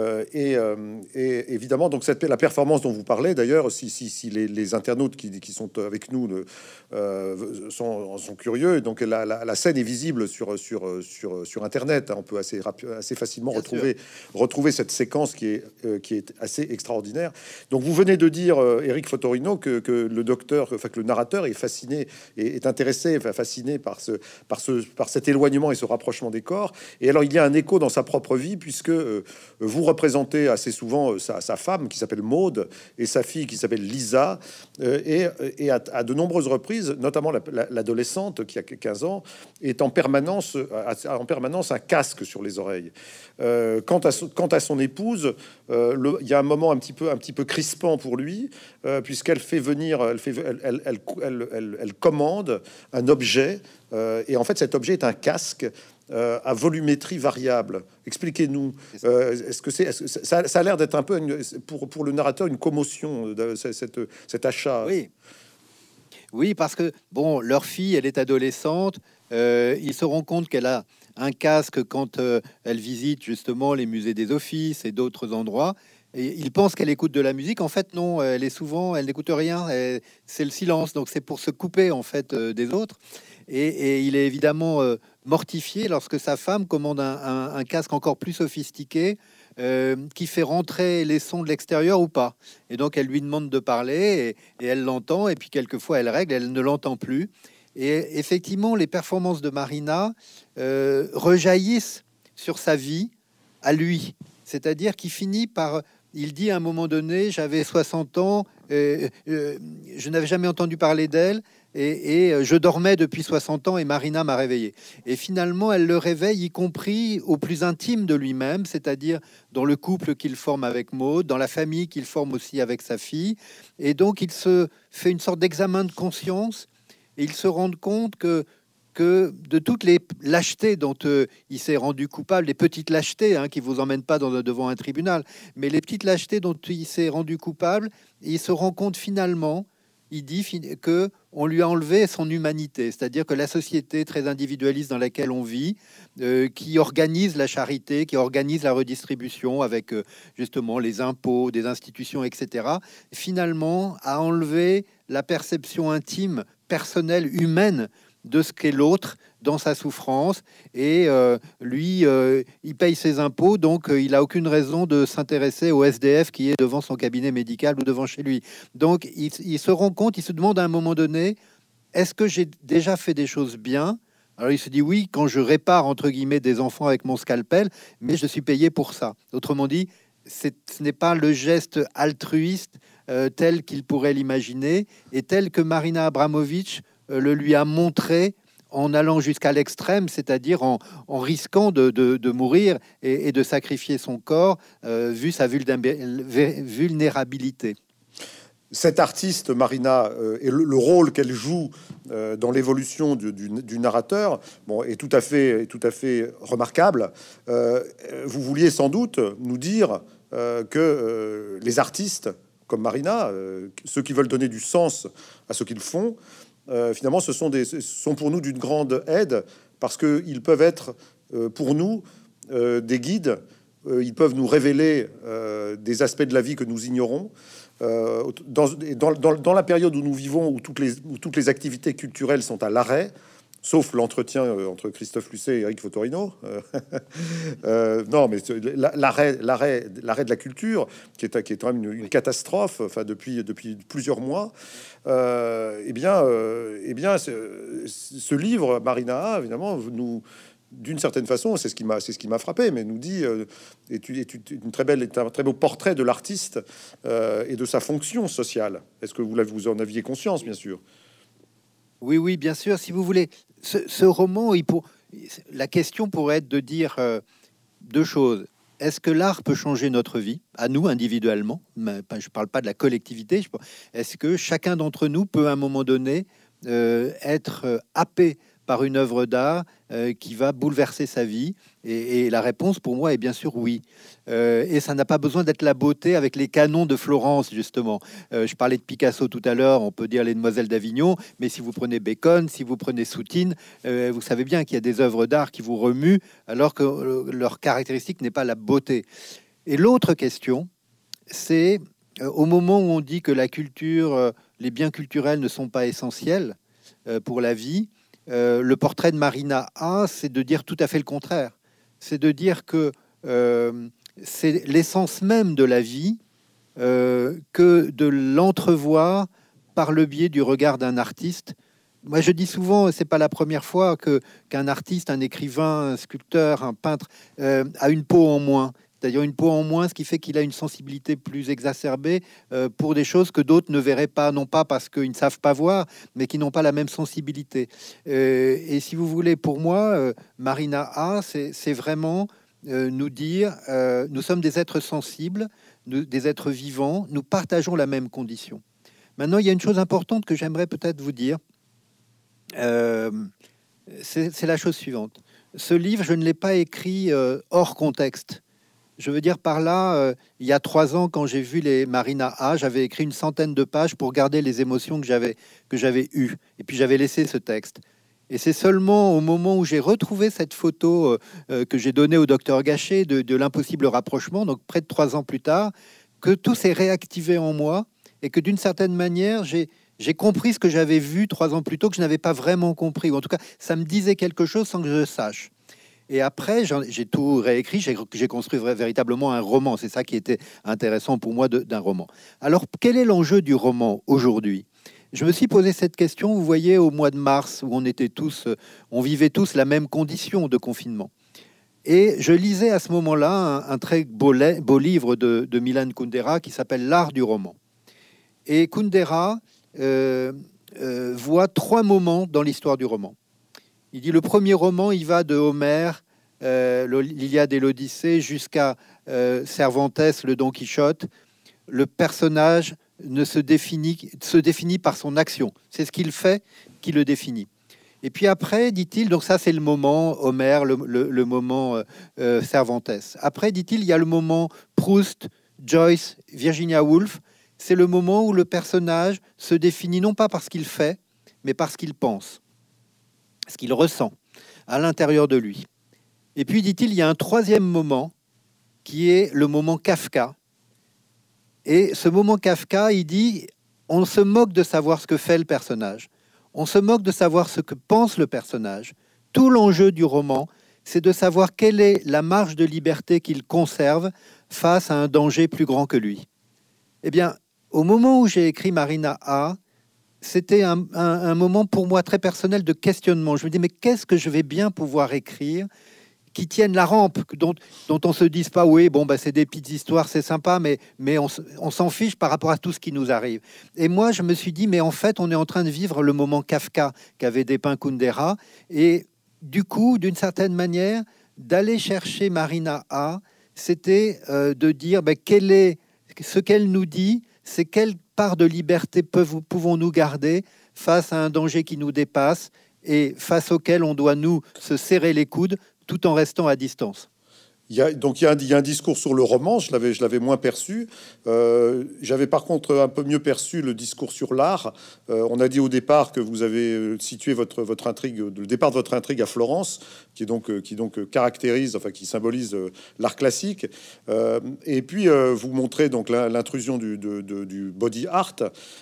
Speaker 1: Et évidemment, donc la performance dont vous parlez, d'ailleurs, si les internautes qui sont avec nous sont curieux, donc la scène est visible sur Internet. Hein, on peut assez facilement retrouver cette séquence qui est assez extraordinaire. Donc vous venez de dire, Éric Fotorino, que le narrateur est fasciné, est intéressé, fasciné par cet éloignement et ce rapprochement des corps. Et alors il y a un écho dans sa propre vie, puisque vous représentez assez souvent sa femme qui s'appelle Maude et sa fille qui s'appelle Lisa, et à de nombreuses reprises, notamment l'adolescente qui a 15 ans, est en permanence un casque sur les oreilles. Quant à son épouse, il y a un moment un petit peu crispant pour lui, puisqu'elle fait venir, elle commande un objet, et en fait cet objet est un casque à volumétrie variable. Expliquez-nous. Est-ce que ça a l'air d'être un peu pour le narrateur une commotion, cet achat?
Speaker 2: Oui, parce que bon, leur fille, elle est adolescente. Ils se rendent compte qu'elle a un casque quand elle visite justement les musées des Offices et d'autres endroits. Et ils pensent qu'elle écoute de la musique. En fait, non. Elle n'écoute rien. C'est le silence. Donc c'est pour se couper en fait des autres. Et il est évidemment mortifié lorsque sa femme commande un casque encore plus sophistiqué qui fait rentrer les sons de l'extérieur ou pas. Et donc elle lui demande de parler et elle l'entend. Et puis quelquefois elle règle, elle ne l'entend plus. Et effectivement, les performances de Marina rejaillissent sur sa vie à lui. C'est-à-dire qu'il finit par... Il dit à un moment donné, j'avais 60 ans, je n'avais jamais entendu parler d'elle, et je dormais depuis 60 ans et Marina m'a réveillé. Et finalement, elle le réveille, y compris au plus intime de lui-même, c'est-à-dire dans le couple qu'il forme avec Maud, dans la famille qu'il forme aussi avec sa fille. Et donc, il se fait une sorte d'examen de conscience et il se rend compte que de toutes les lâchetés dont il s'est rendu coupable, les petites lâchetés qui vous emmènent pas devant un tribunal, mais les petites lâchetés dont il s'est rendu coupable, il se rend compte finalement, il dit que on lui a enlevé son humanité, c'est-à-dire que la société très individualiste dans laquelle on vit, qui organise la charité, qui organise la redistribution avec justement les impôts, des institutions, etc., finalement a enlevé la perception intime, personnelle, humaine de ce qu'est l'autre dans sa souffrance. Et lui, il paye ses impôts, donc il a aucune raison de s'intéresser au SDF qui est devant son cabinet médical ou devant chez lui. Donc il se rend compte, il se demande à un moment donné, est-ce que j'ai déjà fait des choses bien? Alors il se dit oui, quand je répare entre guillemets des enfants avec mon scalpel, mais je suis payé pour ça. Autrement dit, ce n'est pas le geste altruiste tel qu'il pourrait l'imaginer et tel que Marina Abramovic le lui a montré en allant jusqu'à l'extrême, c'est-à-dire en risquant de mourir et de sacrifier son corps, vu sa vulnérabilité.
Speaker 1: Cette artiste, Marina, et le rôle qu'elle joue dans l'évolution du narrateur, bon, est tout à fait remarquable. Vous vouliez sans doute nous dire que les artistes comme Marina, ceux qui veulent donner du sens à ce qu'ils font, finalement, ce sont pour nous d'une grande aide parce qu'ils peuvent être pour nous des guides. Ils peuvent nous révéler des aspects de la vie que nous ignorons. Dans la période où nous vivons, où toutes les activités culturelles sont à l'arrêt, sauf l'entretien entre Christophe Lucet et Eric Fotorino. Non, mais l'arrêt de la culture, qui est quand même une catastrophe, enfin depuis plusieurs mois. Eh bien, ce livre, Marina, évidemment, nous, d'une certaine façon, c'est ce qui m'a frappé, mais nous dit est un très beau portrait de l'artiste et de sa fonction sociale. Est-ce que vous en aviez conscience, bien sûr?
Speaker 2: Oui, oui, bien sûr. Si vous voulez, ce roman, la question pourrait être de dire deux choses. Est-ce que l'art peut changer notre vie, à nous individuellement? Je ne parle pas de la collectivité. Est-ce que chacun d'entre nous peut à un moment donné être happé par une œuvre d'art qui va bouleverser sa vie? Et la réponse pour moi est bien sûr oui. Et ça n'a pas besoin d'être la beauté avec les canons de Florence, justement. Je parlais de Picasso tout à l'heure, on peut dire les Demoiselles d'Avignon, mais si vous prenez Bacon, si vous prenez Soutine, vous savez bien qu'il y a des œuvres d'art qui vous remuent alors que leur caractéristique n'est pas la beauté. Et l'autre question, c'est au moment où on dit que la culture, les biens culturels ne sont pas essentiels pour la vie, le portrait de Marina A, c'est de dire tout à fait le contraire. C'est de dire que c'est l'essence même de la vie que de l'entrevoir par le biais du regard d'un artiste. Moi, je dis souvent, c'est pas la première fois qu'un artiste, un écrivain, un sculpteur, un peintre a une peau en moins. C'est-à-dire une peau en moins, ce qui fait qu'il a une sensibilité plus exacerbée pour des choses que d'autres ne verraient pas, non pas parce qu'ils ne savent pas voir, mais qui n'ont pas la même sensibilité. Et si vous voulez, pour moi, Marina A, c'est vraiment nous dire, nous sommes des êtres sensibles, des êtres vivants, nous partageons la même condition. Maintenant, il y a une chose importante que j'aimerais peut-être vous dire. C'est la chose suivante. Ce livre, je ne l'ai pas écrit hors contexte. Je veux dire par là, il y a 3 ans, quand j'ai vu les Marina A, j'avais écrit une centaine de pages pour garder les émotions que j'avais eues. Et puis j'avais laissé ce texte. Et c'est seulement au moment où j'ai retrouvé cette photo que j'ai donnée au docteur Gachet de l'impossible rapprochement, donc près de 3 ans plus tard, que tout s'est réactivé en moi et que d'une certaine manière, j'ai compris ce que j'avais vu 3 ans plus tôt, que je n'avais pas vraiment compris. Ou en tout cas, ça me disait quelque chose sans que je le sache. Et après, j'ai tout réécrit, j'ai construit véritablement un roman. C'est ça qui était intéressant pour moi d'un roman. Alors, quel est l'enjeu du roman aujourd'hui? Je me suis posé cette question, vous voyez, au mois de mars, où on vivait tous la même condition de confinement. Et je lisais à ce moment-là un très beau livre de Milan Kundera qui s'appelle L'art du roman. Et Kundera voit 3 moments dans l'histoire du roman. Il dit le premier roman, il va de Homère, l'Iliade et l'Odyssée, jusqu'à Cervantes, le Don Quichotte. Le personnage se définit par son action. C'est ce qu'il fait qui le définit. Et puis après, dit-il, donc ça c'est le moment Homère, le moment Cervantes. Après, dit-il, il y a le moment Proust, Joyce, Virginia Woolf. C'est le moment où le personnage se définit non pas par ce qu'il fait, mais par ce qu'il pense, ce qu'il ressent à l'intérieur de lui. Et puis, dit-il, il y a un 3e moment qui est le moment Kafka. Et ce moment Kafka, il dit, on se moque de savoir ce que fait le personnage. On se moque de savoir ce que pense le personnage. Tout l'enjeu du roman, c'est de savoir quelle est la marge de liberté qu'il conserve face à un danger plus grand que lui. Eh bien, au moment où j'ai écrit Marina A, c'était un moment pour moi très personnel de questionnement. Je me dis, mais qu'est-ce que je vais bien pouvoir écrire qui tienne la rampe, dont on se dise pas, oui, bon, bah, c'est des petites histoires, c'est sympa, mais on s'en fiche par rapport à tout ce qui nous arrive. Et moi, je me suis dit, mais en fait, on est en train de vivre le moment Kafka qu'avait dépeint Kundera. Et du coup, d'une certaine manière, d'aller chercher Marina A, c'était de dire, bah, quel est ce qu'elle nous dit, c'est quelle part de liberté pouvons-nous garder face à un danger qui nous dépasse et face auquel on doit, nous, se serrer les coudes tout en restant à distance.
Speaker 1: Il y a un discours sur le roman, je l'avais moins perçu. J'avais par contre un peu mieux perçu le discours sur l'art. On a dit au départ que vous avez situé votre intrigue, le départ de votre intrigue à Florence, qui caractérise, enfin qui symbolise l'art classique. Et puis vous montrez donc l'intrusion du body art.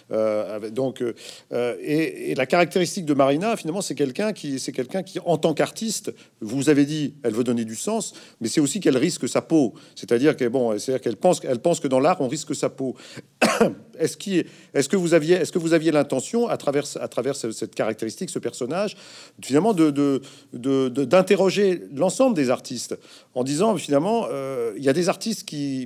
Speaker 1: Et la caractéristique de Marina, finalement, c'est quelqu'un qui, en tant qu'artiste, vous avez dit, elle veut donner du sens, mais c'est aussi qu'elle risque sa peau, c'est-à-dire qu'elle pense que dans l'art on risque sa peau. Est-ce que vous aviez l'intention à travers cette caractéristique, ce personnage, finalement d'interroger l'ensemble des artistes en disant finalement il y a des artistes qui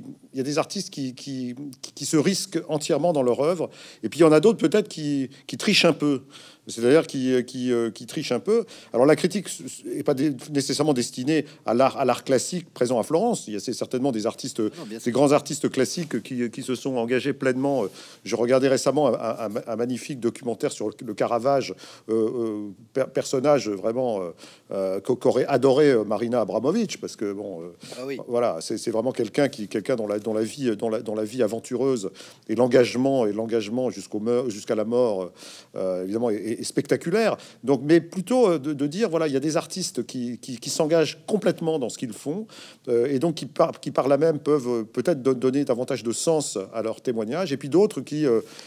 Speaker 1: se risquent entièrement dans leur œuvre, et puis il y en a d'autres peut-être qui trichent un peu. C'est-à-dire qui triche un peu. Alors la critique n'est pas nécessairement destinée à l'art classique présent à Florence. Il y a certainement des artistes, des grands artistes classiques qui se sont engagés pleinement. Je regardais récemment un magnifique documentaire sur le Caravage, personnage vraiment qu'aurait adoré Marina Abramovic, parce que bon, voilà, c'est vraiment quelqu'un dont la vie aventureuse et l'engagement jusqu'à la mort, évidemment, est spectaculaire. Donc, mais plutôt de dire, voilà, il y a des artistes qui s'engagent complètement dans ce qu'ils font, et donc qui par là même peuvent peut-être donner davantage de sens à leur témoignage, et puis d'autres qui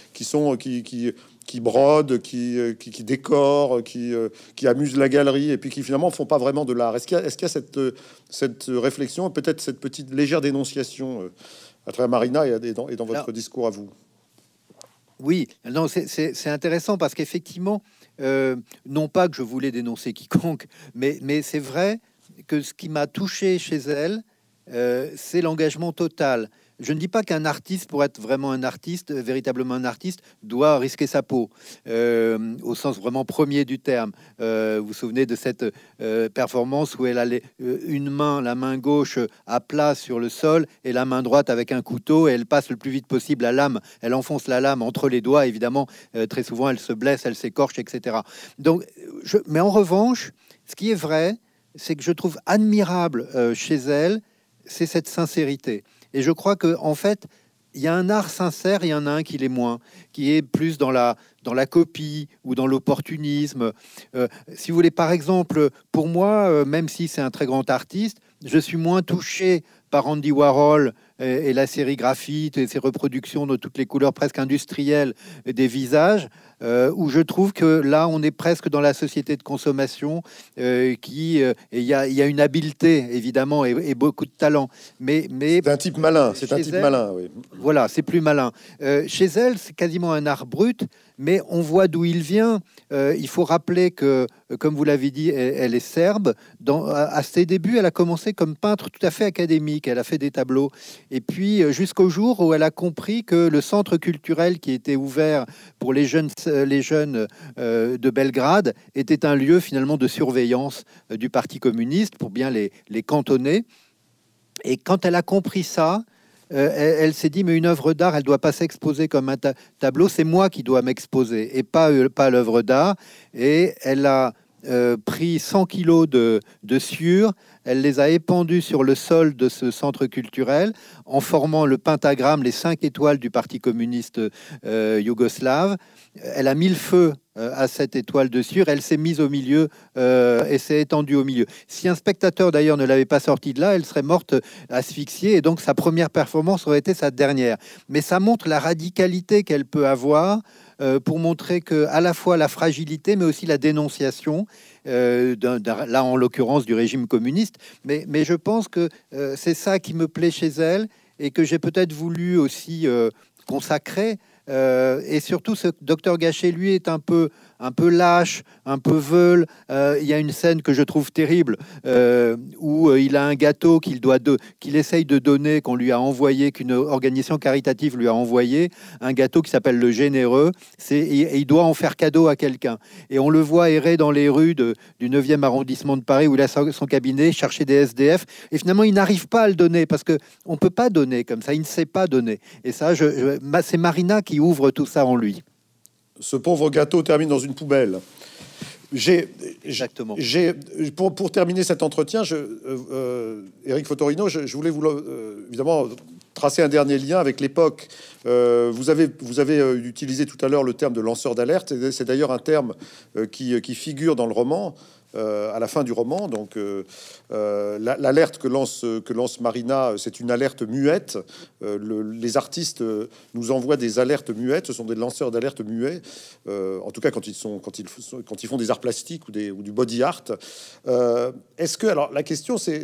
Speaker 1: brodent, qui décorent, qui amusent la galerie, et puis qui finalement font pas vraiment de l'art. Est-ce qu'il y a cette réflexion, peut-être cette petite légère dénonciation à travers Marina et dans votre discours à vous?
Speaker 2: Oui, non, c'est intéressant parce qu'effectivement, non pas que je voulais dénoncer quiconque, mais c'est vrai que ce qui m'a touché chez elle, c'est l'engagement total. Je ne dis pas qu'un artiste, pour être vraiment un artiste, véritablement un artiste, doit risquer sa peau, au sens vraiment premier du terme. Vous vous souvenez de cette performance où elle a la main gauche à plat sur le sol et la main droite avec un couteau, et elle passe le plus vite possible la lame. Elle enfonce la lame entre les doigts, évidemment. Très souvent, elle se blesse, elle s'écorche, etc. Donc, mais en revanche, ce qui est vrai, c'est que je trouve admirable chez elle c'est cette sincérité. Et je crois que en fait, il y a un art sincère, il y en a un qui l'est moins, qui est plus dans la copie ou dans l'opportunisme. Si vous voulez, par exemple, pour moi, même si c'est un très grand artiste, je suis moins touché par Andy Warhol et la sérigraphie et ses reproductions de toutes les couleurs presque industrielles des visages, où je trouve que là, on est presque dans la société de consommation et il y a une habileté, évidemment, et beaucoup de talent. Mais
Speaker 1: c'est un type malin, c'est un type
Speaker 2: elle,
Speaker 1: malin, oui.
Speaker 2: Voilà, c'est plus malin. Chez elle, c'est quasiment un art brut, mais on voit d'où il vient. Il faut rappeler que, comme vous l'avez dit, elle est serbe. À ses débuts, elle a commencé comme peintre tout à fait académique. Elle a fait des tableaux. Et puis, jusqu'au jour où elle a compris que le centre culturel qui était ouvert pour les jeunes de Belgrade était un lieu finalement de surveillance du Parti communiste pour bien les cantonner. Et quand elle a compris ça, elle s'est dit, mais une œuvre d'art, elle doit pas s'exposer comme un tableau, c'est moi qui dois m'exposer et pas l'œuvre d'art. Et elle a pris 100 kilos de sciure, elle les a épandus sur le sol de ce centre culturel en formant le pentagramme, les 5 étoiles du Parti communiste yougoslave. Elle a mis le feu à cette étoile de sciure, elle s'est mise au milieu et s'est étendue au milieu. Si un spectateur d'ailleurs ne l'avait pas sortie de là, elle serait morte asphyxiée et donc sa première performance aurait été sa dernière. Mais ça montre la radicalité qu'elle peut avoir pour montrer que à la fois la fragilité mais aussi la dénonciation là en l'occurrence du régime communiste, mais je pense que c'est ça qui me plaît chez elle et que j'ai peut-être voulu aussi consacrer. Et surtout, ce docteur Gachet, lui, est un peu lâche, un peu veule. Il y a une scène que je trouve terrible où il a un gâteau qu'il essaye de donner, qu'on lui a envoyé, qu'une organisation caritative lui a envoyé, un gâteau qui s'appelle le Généreux. Et il doit en faire cadeau à quelqu'un. Et on le voit errer dans les rues du 9e arrondissement de Paris où il a son cabinet, chercher des SDF. Et finalement, il n'arrive pas à le donner parce qu'on ne peut pas donner comme ça. Il ne sait pas donner. Et ça, c'est Marina qui ouvre tout ça en lui.
Speaker 1: Ce pauvre gâteau termine dans une poubelle.
Speaker 2: Exactement.
Speaker 1: Pour terminer cet entretien, Éric Fotorino, je voulais vous évidemment tracer un dernier lien avec l'époque. Vous avez utilisé tout à l'heure le terme de lanceur d'alerte. C'est d'ailleurs un terme qui figure dans le roman. À la fin du roman, donc l'alerte que lance Marina, c'est une alerte muette. Les artistes nous envoient des alertes muettes. Ce sont des lanceurs d'alerte muets. En tout cas, quand ils font des arts plastiques ou du body art. Est-ce que alors la question c'est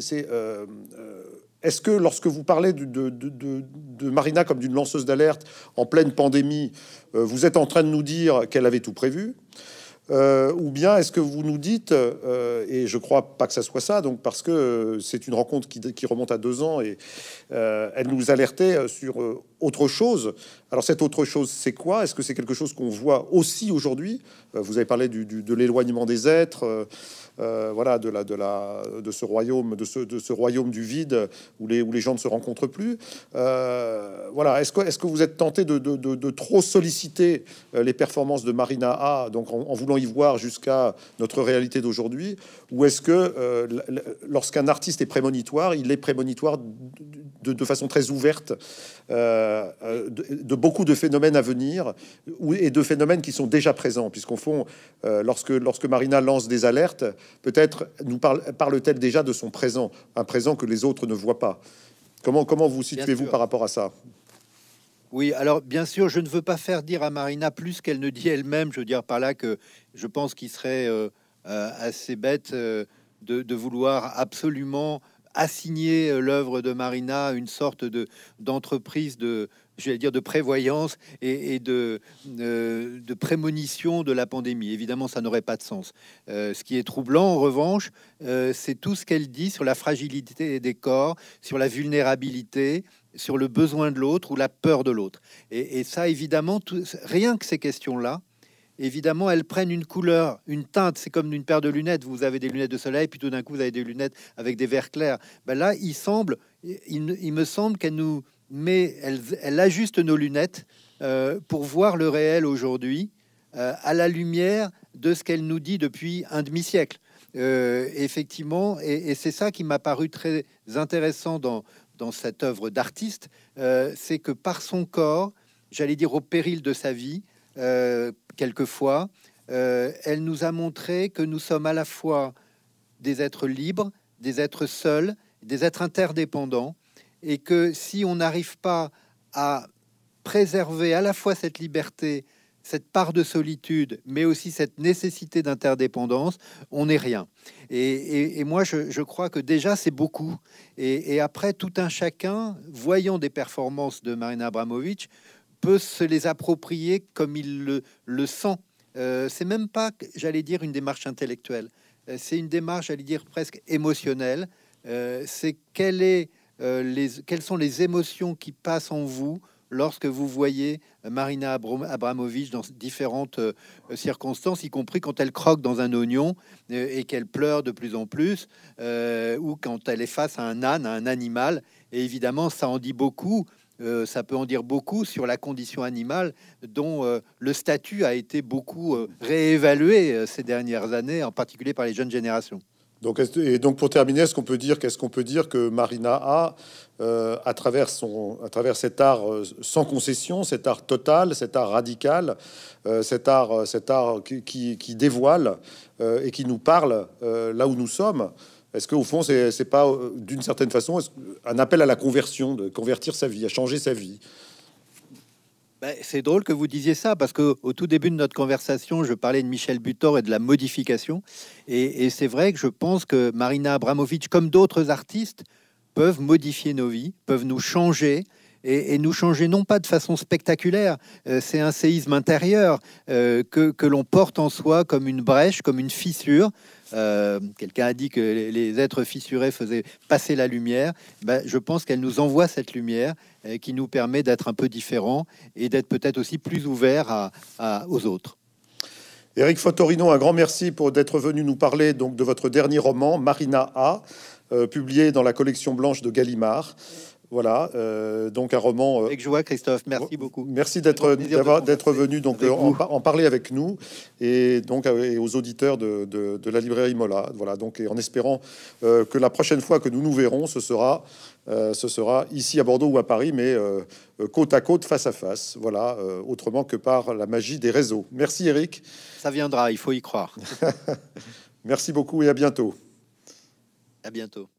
Speaker 1: est-ce que lorsque vous parlez de Marina comme d'une lanceuse d'alerte en pleine pandémie, vous êtes en train de nous dire qu'elle avait tout prévu? Ou bien est-ce que vous nous dites, et je crois pas que ça soit ça, donc parce que c'est une rencontre qui remonte à 2 ans et elle nous alertait sur autre chose. Alors cette autre chose, c'est quoi? Est-ce que c'est quelque chose qu'on voit aussi aujourd'hui? Vous avez parlé de l'éloignement des êtres, voilà, de ce royaume du vide où les gens ne se rencontrent plus. Voilà. Est-ce que vous êtes tenté de trop solliciter les performances de Marina A, donc en voulant y voir jusqu'à notre réalité d'aujourd'hui, ou est-ce que lorsqu'un artiste est prémonitoire, il est prémonitoire de façon très ouverte de beaucoup de phénomènes à venir et de phénomènes qui sont déjà présents, puisqu'au fond, lorsque Marina lance des alertes, peut-être nous parle-t-elle déjà de son présent, un présent que les autres ne voient pas. Comment vous situez-vous par rapport à ça?
Speaker 2: Oui, alors bien sûr, je ne veux pas faire dire à Marina plus qu'elle ne dit elle-même. Je veux dire par là que je pense qu'il serait assez bête de vouloir absolument assigner l'œuvre de Marina une sorte d'entreprise de prévoyance et de prémonition de la pandémie. Évidemment, ça n'aurait pas de sens. Ce qui est troublant, en revanche, c'est tout ce qu'elle dit sur la fragilité des corps, sur la vulnérabilité, sur le besoin de l'autre ou la peur de l'autre. Et ça, évidemment, rien que ces questions-là, évidemment, elles prennent une couleur, une teinte. C'est comme une paire de lunettes. Vous avez des lunettes de soleil, puis tout d'un coup, vous avez des lunettes avec des verres clairs. Ben là, il me semble qu'elle nous met, elle ajuste nos lunettes pour voir le réel aujourd'hui à la lumière de ce qu'elle nous dit depuis un demi-siècle. Effectivement, et c'est ça qui m'a paru très intéressant dans cette œuvre d'artiste, c'est que par son corps, j'allais dire au péril de sa vie, quelquefois, elle nous a montré que nous sommes à la fois des êtres libres, des êtres seuls, des êtres interdépendants, et que si on n'arrive pas à préserver à la fois cette liberté, cette part de solitude, mais aussi cette nécessité d'interdépendance, on n'est rien. Et moi, je crois que déjà, c'est beaucoup. Et après, tout un chacun, voyant des performances de Marina Abramovic, peut se les approprier comme il le sent. C'est même pas, j'allais dire, une démarche intellectuelle. C'est une démarche, j'allais dire, presque émotionnelle. C'est quelles sont les émotions qui passent en vous lorsque vous voyez Marina Abramovic dans différentes circonstances, y compris quand elle croque dans un oignon et qu'elle pleure de plus en plus, ou quand elle est face à un âne, à un animal. Et évidemment, ça en dit beaucoup. Ça peut en dire beaucoup sur la condition animale dont le statut a été beaucoup réévalué ces dernières années, en particulier par les jeunes générations.
Speaker 1: Donc, et donc pour terminer, qu'est-ce qu'on peut dire que Marina a à travers cet art sans concession, cet art total, cet art radical, cet art qui dévoile et qui nous parle là où nous sommes. Est-ce qu'au fond, c'est pas d'une certaine façon un appel à la conversion, de convertir sa vie, à changer sa vie?
Speaker 2: C'est drôle que vous disiez ça, parce que au tout début de notre conversation, je parlais de Michel Butor et de la modification. Et c'est vrai que je pense que Marina Abramovic, comme d'autres artistes, peuvent modifier nos vies, peuvent nous changer, et nous changer non pas de façon spectaculaire. C'est un séisme intérieur que l'on porte en soi comme une brèche, comme une fissure. Quelqu'un a dit que les êtres fissurés faisaient passer la lumière. Je pense qu'elle nous envoie cette lumière qui nous permet d'être un peu différents et d'être peut-être aussi plus ouverts aux autres.
Speaker 1: Éric Fotorino, un grand merci pour d'être venu nous parler donc de votre dernier roman, Marina A, publié dans la collection blanche de Gallimard. Voilà, donc un roman.
Speaker 2: Avec joie, Christophe. Merci beaucoup.
Speaker 1: Merci d'être venu donc en parler avec nous et donc et aux auditeurs de la librairie Mola. Voilà, donc et en espérant que la prochaine fois que nous nous verrons, ce sera ici à Bordeaux ou à Paris, mais côte à côte, face à face. Voilà, autrement que par la magie des réseaux. Merci Éric.
Speaker 2: Ça viendra, il faut y croire.
Speaker 1: Merci beaucoup et à bientôt.
Speaker 2: À bientôt.